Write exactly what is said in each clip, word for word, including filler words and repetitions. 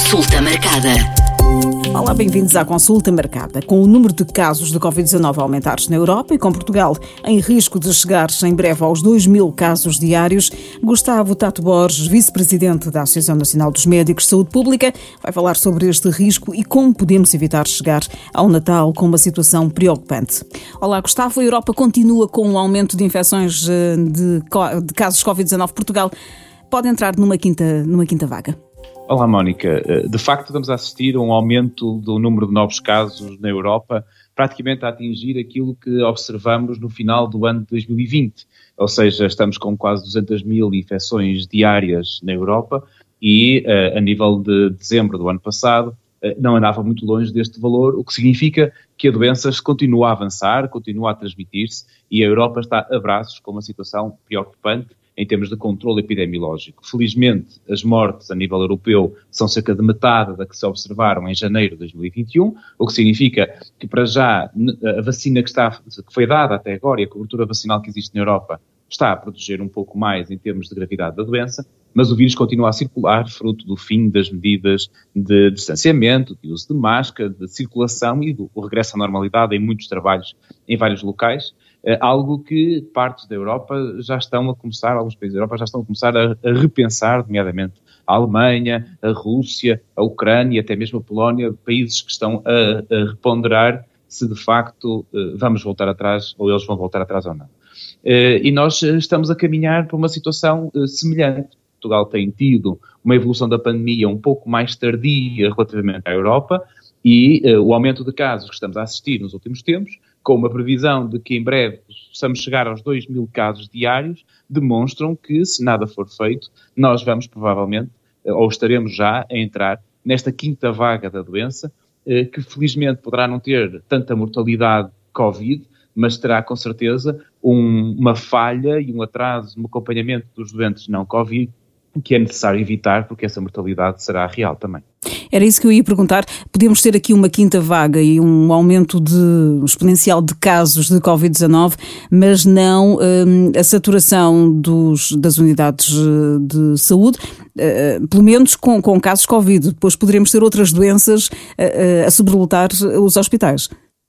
Consulta marcada. Olá, bem-vindos à Consulta Marcada. Com o número de casos de covid dezanove a aumentar na Europa e com Portugal em risco de chegar em breve aos dois mil casos diários, Gustavo Tato Borges, vice-presidente da Associação Nacional dos Médicos de Saúde Pública, vai falar sobre este risco e como podemos evitar chegar ao Natal com uma situação preocupante. Olá, Gustavo. A Europa continua com um aumento de infecções de, de casos de covid dezanove. Portugal pode entrar numa quinta, numa quinta vaga? Olá, Mónica. De facto, estamos a assistir a um aumento do número de novos casos na Europa, praticamente a atingir aquilo que observamos no final do ano de dois mil e vinte. Ou seja, estamos com quase duzentas mil infecções diárias na Europa e, a nível de dezembro do ano passado, não andava muito longe deste valor, o que significa que a doença continua a avançar, continua a transmitir-se e a Europa está a braços com uma situação preocupante em termos de controle epidemiológico. Felizmente, as mortes a nível europeu são cerca de metade da que se observaram em janeiro de dois mil e vinte e um, o que significa que, para já, a vacina que, está, que foi dada até agora e a cobertura vacinal que existe na Europa está a proteger um pouco mais em termos de gravidade da doença, mas o vírus continua a circular, fruto do fim das medidas de distanciamento, de uso de máscara, de circulação e do regresso à normalidade em muitos trabalhos em vários locais. Algo que partes da Europa já estão a começar, alguns países da Europa já estão a começar a, a repensar, nomeadamente a Alemanha, a Rússia, a Ucrânia, até mesmo a Polónia, países que estão a, a reponderar se de facto vamos voltar atrás ou eles vão voltar atrás ou não. E nós estamos a caminhar para uma situação semelhante. Portugal tem tido uma evolução da pandemia um pouco mais tardia relativamente à Europa e o aumento de casos que estamos a assistir nos últimos tempos, com uma previsão de que em breve possamos chegar aos dois mil casos diários, demonstram que, se nada for feito, nós vamos provavelmente, ou estaremos já a entrar nesta quinta vaga da doença, que felizmente poderá não ter tanta mortalidade Covid, mas terá com certeza um, uma falha e um atraso no acompanhamento dos doentes não Covid, que é necessário evitar, porque essa mortalidade será real também. Era isso que eu ia perguntar. Podemos ter aqui uma quinta vaga e um aumento de, exponencial de casos de covid dezanove, mas não hum, a saturação dos, das unidades de saúde, uh, pelo menos com, com casos Covid. Depois poderemos ter outras doenças uh, a sobrelotar os hospitais.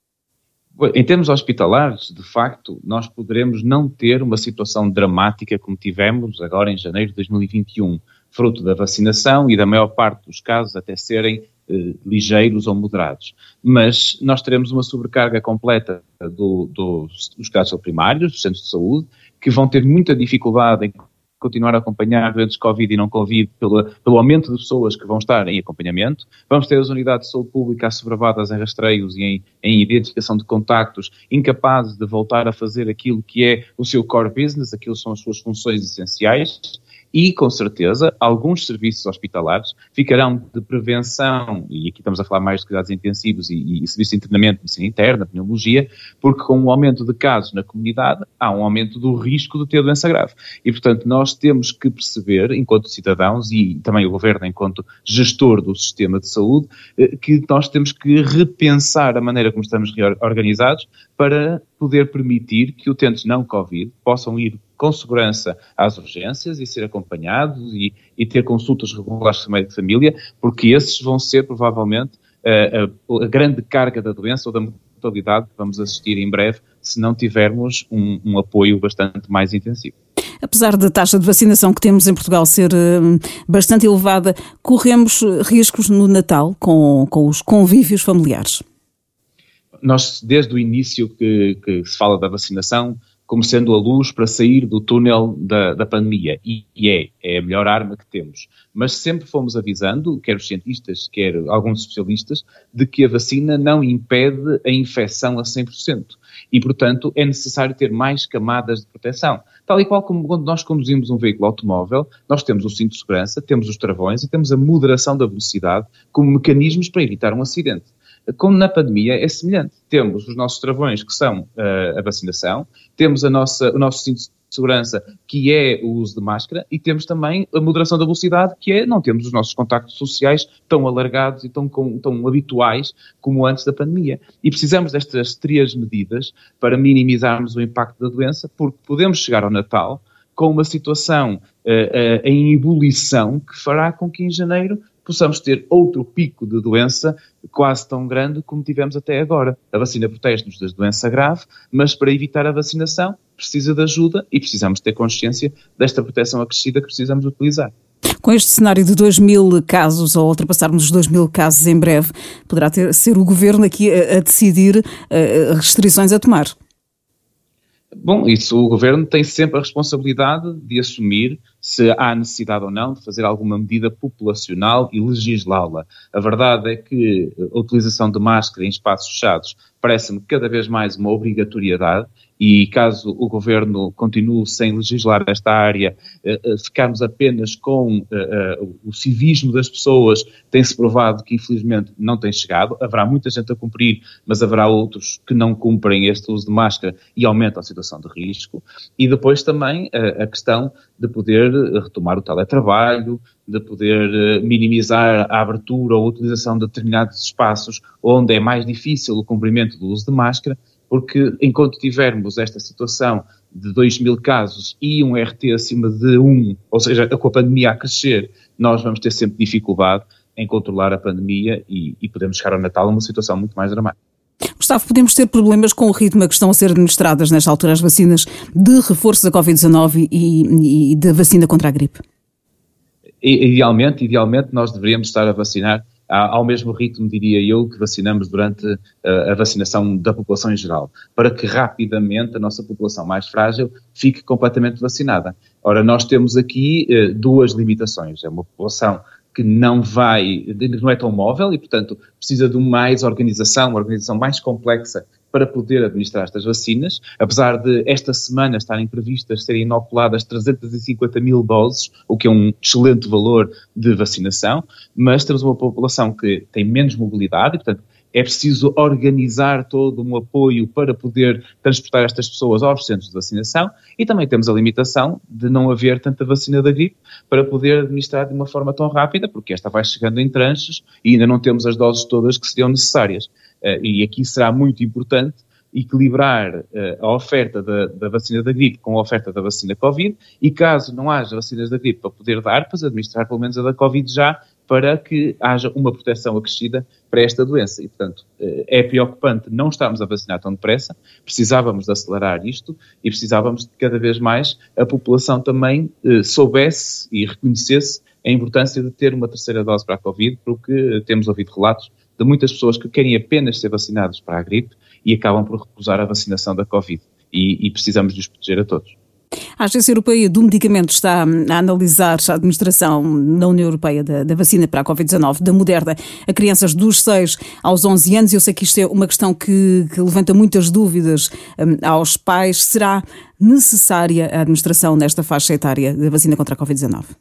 Em termos hospitalares, de facto, nós poderemos não ter uma situação dramática como tivemos agora em janeiro de dois mil e vinte e um, fruto da vacinação e da maior parte dos casos até serem eh, ligeiros ou moderados. Mas nós teremos uma sobrecarga completa do, do, dos casos primários, dos centros de saúde, que vão ter muita dificuldade em continuar a acompanhar doentes Covid e não Covid pelo, pelo aumento de pessoas que vão estar em acompanhamento. Vamos ter as unidades de saúde pública assoberbadas em rastreios e em, em identificação de contactos, incapazes de voltar a fazer aquilo que é o seu core business, aquilo que são as suas funções essenciais. E, com certeza, alguns serviços hospitalares ficarão de prevenção, e aqui estamos a falar mais de cuidados intensivos e, e serviços de internamento de medicina interna, pneumologia, porque com o aumento de casos na comunidade, há um aumento do risco de ter doença grave. E, portanto, nós temos que perceber, enquanto cidadãos e também o Governo enquanto gestor do sistema de saúde, que nós temos que repensar a maneira como estamos organizados para poder permitir que utentes não Covid possam ir com segurança às urgências e ser acompanhados e, e ter consultas regulares com o médico de família, porque esses vão ser provavelmente a, a, a grande carga da doença ou da mortalidade que vamos assistir em breve se não tivermos um, um apoio bastante mais intensivo. Apesar da taxa de vacinação que temos em Portugal ser uh, bastante elevada, corremos riscos no Natal com, com os convívios familiares? Nós, desde o início que, que se fala da vacinação, como sendo a luz para sair do túnel da, da pandemia. E, e é, é a melhor arma que temos. Mas sempre fomos avisando, quer os cientistas, quer alguns especialistas, de que a vacina não impede a infecção a cem por cento. E, portanto, é necessário ter mais camadas de proteção. Tal e qual como quando nós conduzimos um veículo automóvel, nós temos o cinto de segurança, temos os travões e temos a moderação da velocidade como mecanismos para evitar um acidente. Como na pandemia é semelhante. Temos os nossos travões, que são uh, a vacinação, temos a nossa, o nosso cinto de segurança, que é o uso de máscara, e temos também a moderação da velocidade, que é não temos os nossos contactos sociais tão alargados e tão, com, tão habituais como antes da pandemia. E precisamos destas três medidas para minimizarmos o impacto da doença, porque podemos chegar ao Natal com uma situação uh, uh, em ebulição que fará com que em janeiro possamos ter outro pico de doença quase tão grande como tivemos até agora. A vacina protege-nos da doença grave, mas para evitar a vacinação precisa de ajuda e precisamos ter consciência desta proteção acrescida que precisamos utilizar. Com este cenário de dois mil casos, ou ultrapassarmos os dois mil casos em breve, poderá ter, ser o Governo aqui a, a decidir uh, restrições a tomar? Bom, isso o Governo tem sempre a responsabilidade de assumir se há necessidade ou não de fazer alguma medida populacional e legislá-la. A verdade é que a utilização de máscara em espaços fechados parece-me cada vez mais uma obrigatoriedade e caso o Governo continue sem legislar esta área, uh, uh, ficarmos apenas com uh, uh, o civismo das pessoas, tem-se provado que infelizmente não tem chegado. Haverá muita gente a cumprir, mas haverá outros que não cumprem este uso de máscara e aumentam a situação de risco. E depois também uh, a questão de poder retomar o teletrabalho, de poder minimizar a abertura ou a utilização de determinados espaços onde é mais difícil o cumprimento do uso de máscara, porque enquanto tivermos esta situação de dois mil casos e um R T acima de um, ou seja, com a pandemia a crescer, nós vamos ter sempre dificuldade em controlar a pandemia e, e podemos chegar ao Natal a uma situação muito mais dramática. Gustavo, podemos ter problemas com o ritmo a que estão a ser administradas nesta altura as vacinas de reforço da covid dezanove e, e da vacina contra a gripe? Idealmente, idealmente nós deveríamos estar a vacinar ao mesmo ritmo, diria eu, que vacinamos durante a vacinação da população em geral, para que rapidamente a nossa população mais frágil fique completamente vacinada. Ora, nós temos aqui duas limitações. É uma população que não vai, não é tão móvel e, portanto, precisa de mais organização, uma organização mais complexa para poder administrar estas vacinas, apesar de esta semana estarem previstas serem inoculadas trezentas e cinquenta mil doses, o que é um excelente valor de vacinação, mas temos uma população que tem menos mobilidade e, portanto, é preciso organizar todo um apoio para poder transportar estas pessoas aos centros de vacinação e também temos a limitação de não haver tanta vacina da gripe para poder administrar de uma forma tão rápida, porque esta vai chegando em tranches e ainda não temos as doses todas que seriam necessárias. Uh, e aqui será muito importante equilibrar uh, a oferta da, da vacina da gripe com a oferta da vacina Covid e caso não haja vacinas da gripe para poder dar, pois administrar pelo menos a da Covid já para que haja uma proteção acrescida para esta doença. E, portanto, uh, é preocupante não estarmos a vacinar tão depressa, precisávamos de acelerar isto e precisávamos de cada vez mais a população também uh, soubesse e reconhecesse a importância de ter uma terceira dose para a Covid, porque temos ouvido relatos de muitas pessoas que querem apenas ser vacinadas para a gripe e acabam por recusar a vacinação da Covid. E, e precisamos de os proteger a todos. A Agência Europeia do Medicamento está a analisar a administração na União Europeia da, da vacina para a covid dezanove, da Moderna, a crianças dos seis aos onze anos. Eu sei que isto é uma questão que, que levanta muitas dúvidas um, aos pais. Será necessária a administração nesta faixa etária da vacina contra a covid dezanove?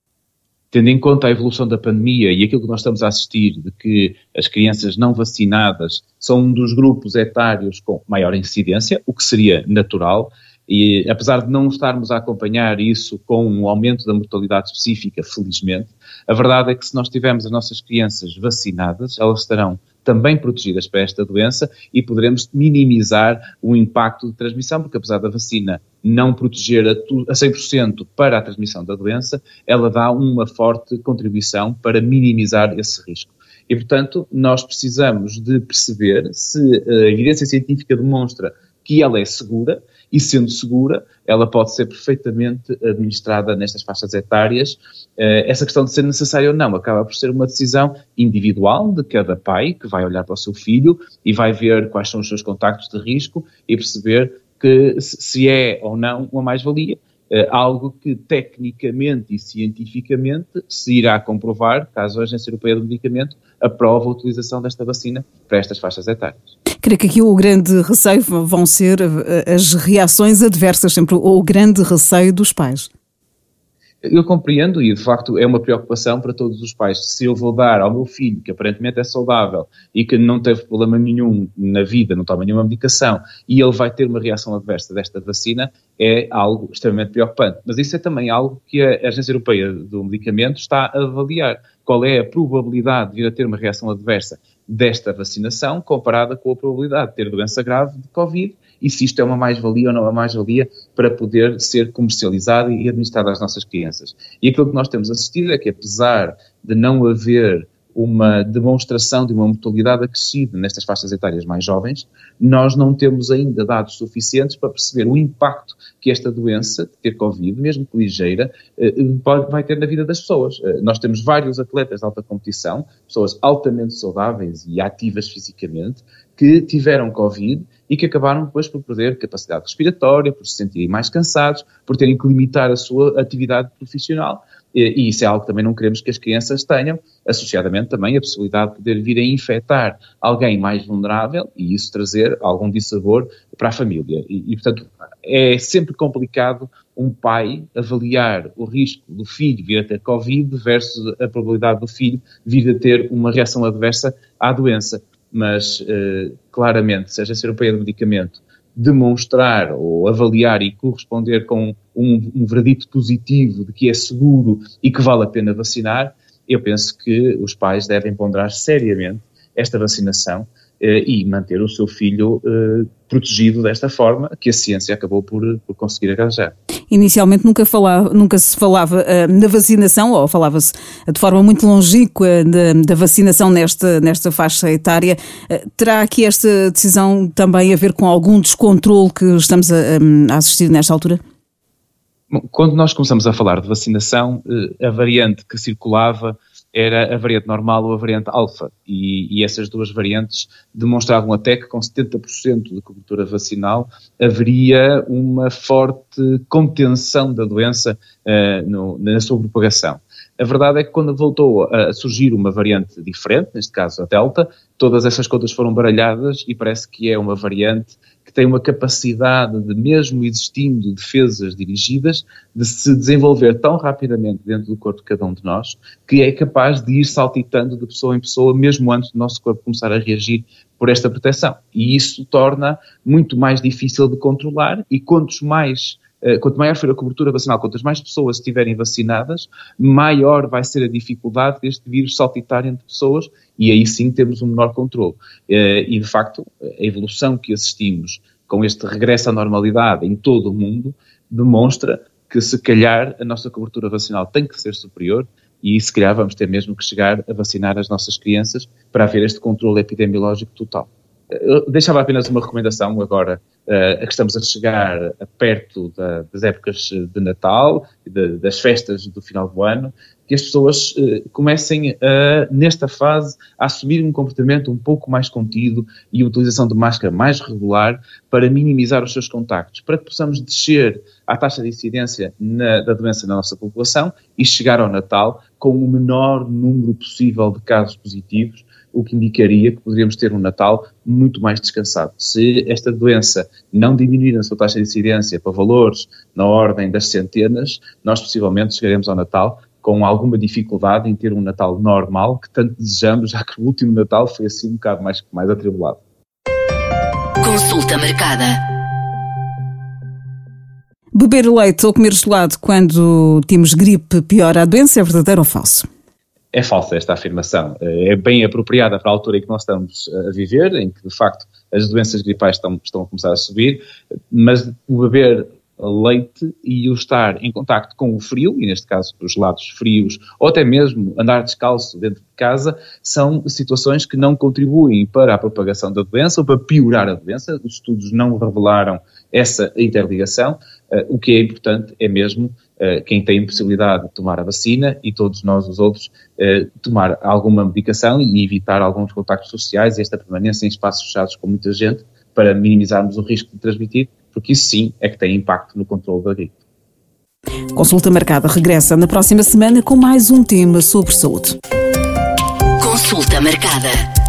Tendo em conta a evolução da pandemia e aquilo que nós estamos a assistir, de que as crianças não vacinadas são um dos grupos etários com maior incidência, o que seria natural, e apesar de não estarmos a acompanhar isso com um aumento da mortalidade específica, felizmente, a verdade é que se nós tivermos as nossas crianças vacinadas, elas estarão também protegidas para esta doença e poderemos minimizar o impacto de transmissão, porque apesar da vacina não proteger a, tu, a cem por cento para a transmissão da doença, ela dá uma forte contribuição para minimizar esse risco. E, portanto, nós precisamos de perceber se a evidência científica demonstra que ela é segura e, sendo segura, ela pode ser perfeitamente administrada nestas faixas etárias. Essa questão de ser necessária ou não acaba por ser uma decisão individual de cada pai que vai olhar para o seu filho e vai ver quais são os seus contactos de risco e perceber que se é ou não uma mais-valia. Uh, algo que tecnicamente e cientificamente se irá comprovar caso a Agência Europeia do Medicamento aprove a utilização desta vacina para estas faixas etárias. Creio que aqui o grande receio vão ser as reações adversas, sempre o grande receio dos pais. Eu compreendo e, de facto, é uma preocupação para todos os pais. Se eu vou dar ao meu filho, que aparentemente é saudável e que não teve problema nenhum na vida, não toma nenhuma medicação, e ele vai ter uma reação adversa desta vacina, é algo extremamente preocupante. Mas isso é também algo que a Agência Europeia do Medicamento está a avaliar. Qual é a probabilidade de vir a ter uma reação adversa desta vacinação comparada com a probabilidade de ter doença grave de Covid e se isto é uma mais-valia ou não é uma mais-valia para poder ser comercializado e administrado às nossas crianças. E aquilo que nós temos assistido é que, apesar de não haver uma demonstração de uma mortalidade acrescida nestas faixas etárias mais jovens, nós não temos ainda dados suficientes para perceber o impacto que esta doença, de ter Covid, mesmo que ligeira, pode, vai ter na vida das pessoas. Nós temos vários atletas de alta competição, pessoas altamente saudáveis e ativas fisicamente, que tiveram Covid e que acabaram depois por perder capacidade respiratória, por se sentirem mais cansados, por terem que limitar a sua atividade profissional. E isso é algo que também não queremos que as crianças tenham, associadamente também a possibilidade de poder vir a infectar alguém mais vulnerável e isso trazer algum dissabor para a família. E, e portanto, é sempre complicado um pai avaliar o risco do filho vir a ter Covid versus a probabilidade do filho vir a ter uma reação adversa à doença. Mas, eh, claramente, se a Agência Europeia do Medicamento demonstrar ou avaliar e corresponder com um, um veredito positivo de que é seguro e que vale a pena vacinar, eu penso que os pais devem ponderar seriamente esta vacinação eh, e manter o seu filho eh, protegido desta forma que a ciência acabou por, por conseguir arranjar. Inicialmente nunca, falava, nunca se falava uh, na vacinação, ou falava-se de forma muito longínqua da, da vacinação nesta, nesta faixa etária. Uh, terá aqui esta decisão também a ver com algum descontrole que estamos a, a assistir nesta altura? Bom, quando nós começamos a falar de vacinação, uh, a variante que circulava era a variante normal ou a variante alfa, e, e essas duas variantes demonstravam até que com setenta por cento de cobertura vacinal haveria uma forte contenção da doença uh, no, na sua propagação. A verdade é que quando voltou a surgir uma variante diferente, neste caso a Delta, todas essas contas foram baralhadas e parece que é uma variante que tem uma capacidade de, mesmo existindo defesas dirigidas, de se desenvolver tão rapidamente dentro do corpo de cada um de nós, que é capaz de ir saltitando de pessoa em pessoa, mesmo antes do nosso corpo começar a reagir por esta proteção. E isso torna muito mais difícil de controlar, e quantos mais... Quanto maior for a cobertura vacinal, quantas mais pessoas estiverem vacinadas, maior vai ser a dificuldade deste vírus saltitar entre pessoas, e aí sim temos um menor controle. E, de facto, a evolução que assistimos com este regresso à normalidade em todo o mundo demonstra que, se calhar, a nossa cobertura vacinal tem que ser superior, e se calhar vamos ter mesmo que chegar a vacinar as nossas crianças para haver este controle epidemiológico total. Eu deixava apenas uma recomendação agora, uh, a que estamos a chegar a perto da, das épocas de Natal, de, das festas do final do ano, que as pessoas uh, comecem, a, nesta fase, a assumir um comportamento um pouco mais contido e a utilização de máscara mais regular para minimizar os seus contactos, para que possamos descer a taxa de incidência na, da doença na nossa população e chegar ao Natal com o menor número possível de casos positivos, o que indicaria que poderíamos ter um Natal muito mais descansado. Se esta doença não diminuir a sua taxa de incidência para valores na ordem das centenas, nós possivelmente chegaremos ao Natal com alguma dificuldade em ter um Natal normal, que tanto desejamos, já que o último Natal foi assim um bocado mais, mais atribulado. Consulta marcada. Beber leite ou comer gelado quando temos gripe piora a doença, é verdadeiro ou falso? É falsa esta afirmação. É bem apropriada para a altura em que nós estamos a viver, em que, de facto, as doenças gripais estão, estão a começar a subir, mas o beber leite e o estar em contacto com o frio, e neste caso os gelados frios, ou até mesmo andar descalço dentro de casa, são situações que não contribuem para a propagação da doença ou para piorar a doença. Os estudos não revelaram essa interligação. Uh, o que é importante é mesmo uh, quem tem possibilidade de tomar a vacina, e todos nós os outros uh, tomar alguma medicação e evitar alguns contactos sociais e esta permanência em espaços fechados com muita gente, para minimizarmos o risco de transmitir, porque isso sim é que tem impacto no controle da gripe. Consulta Marcada regressa na próxima semana com mais um tema sobre saúde. Consulta Marcada.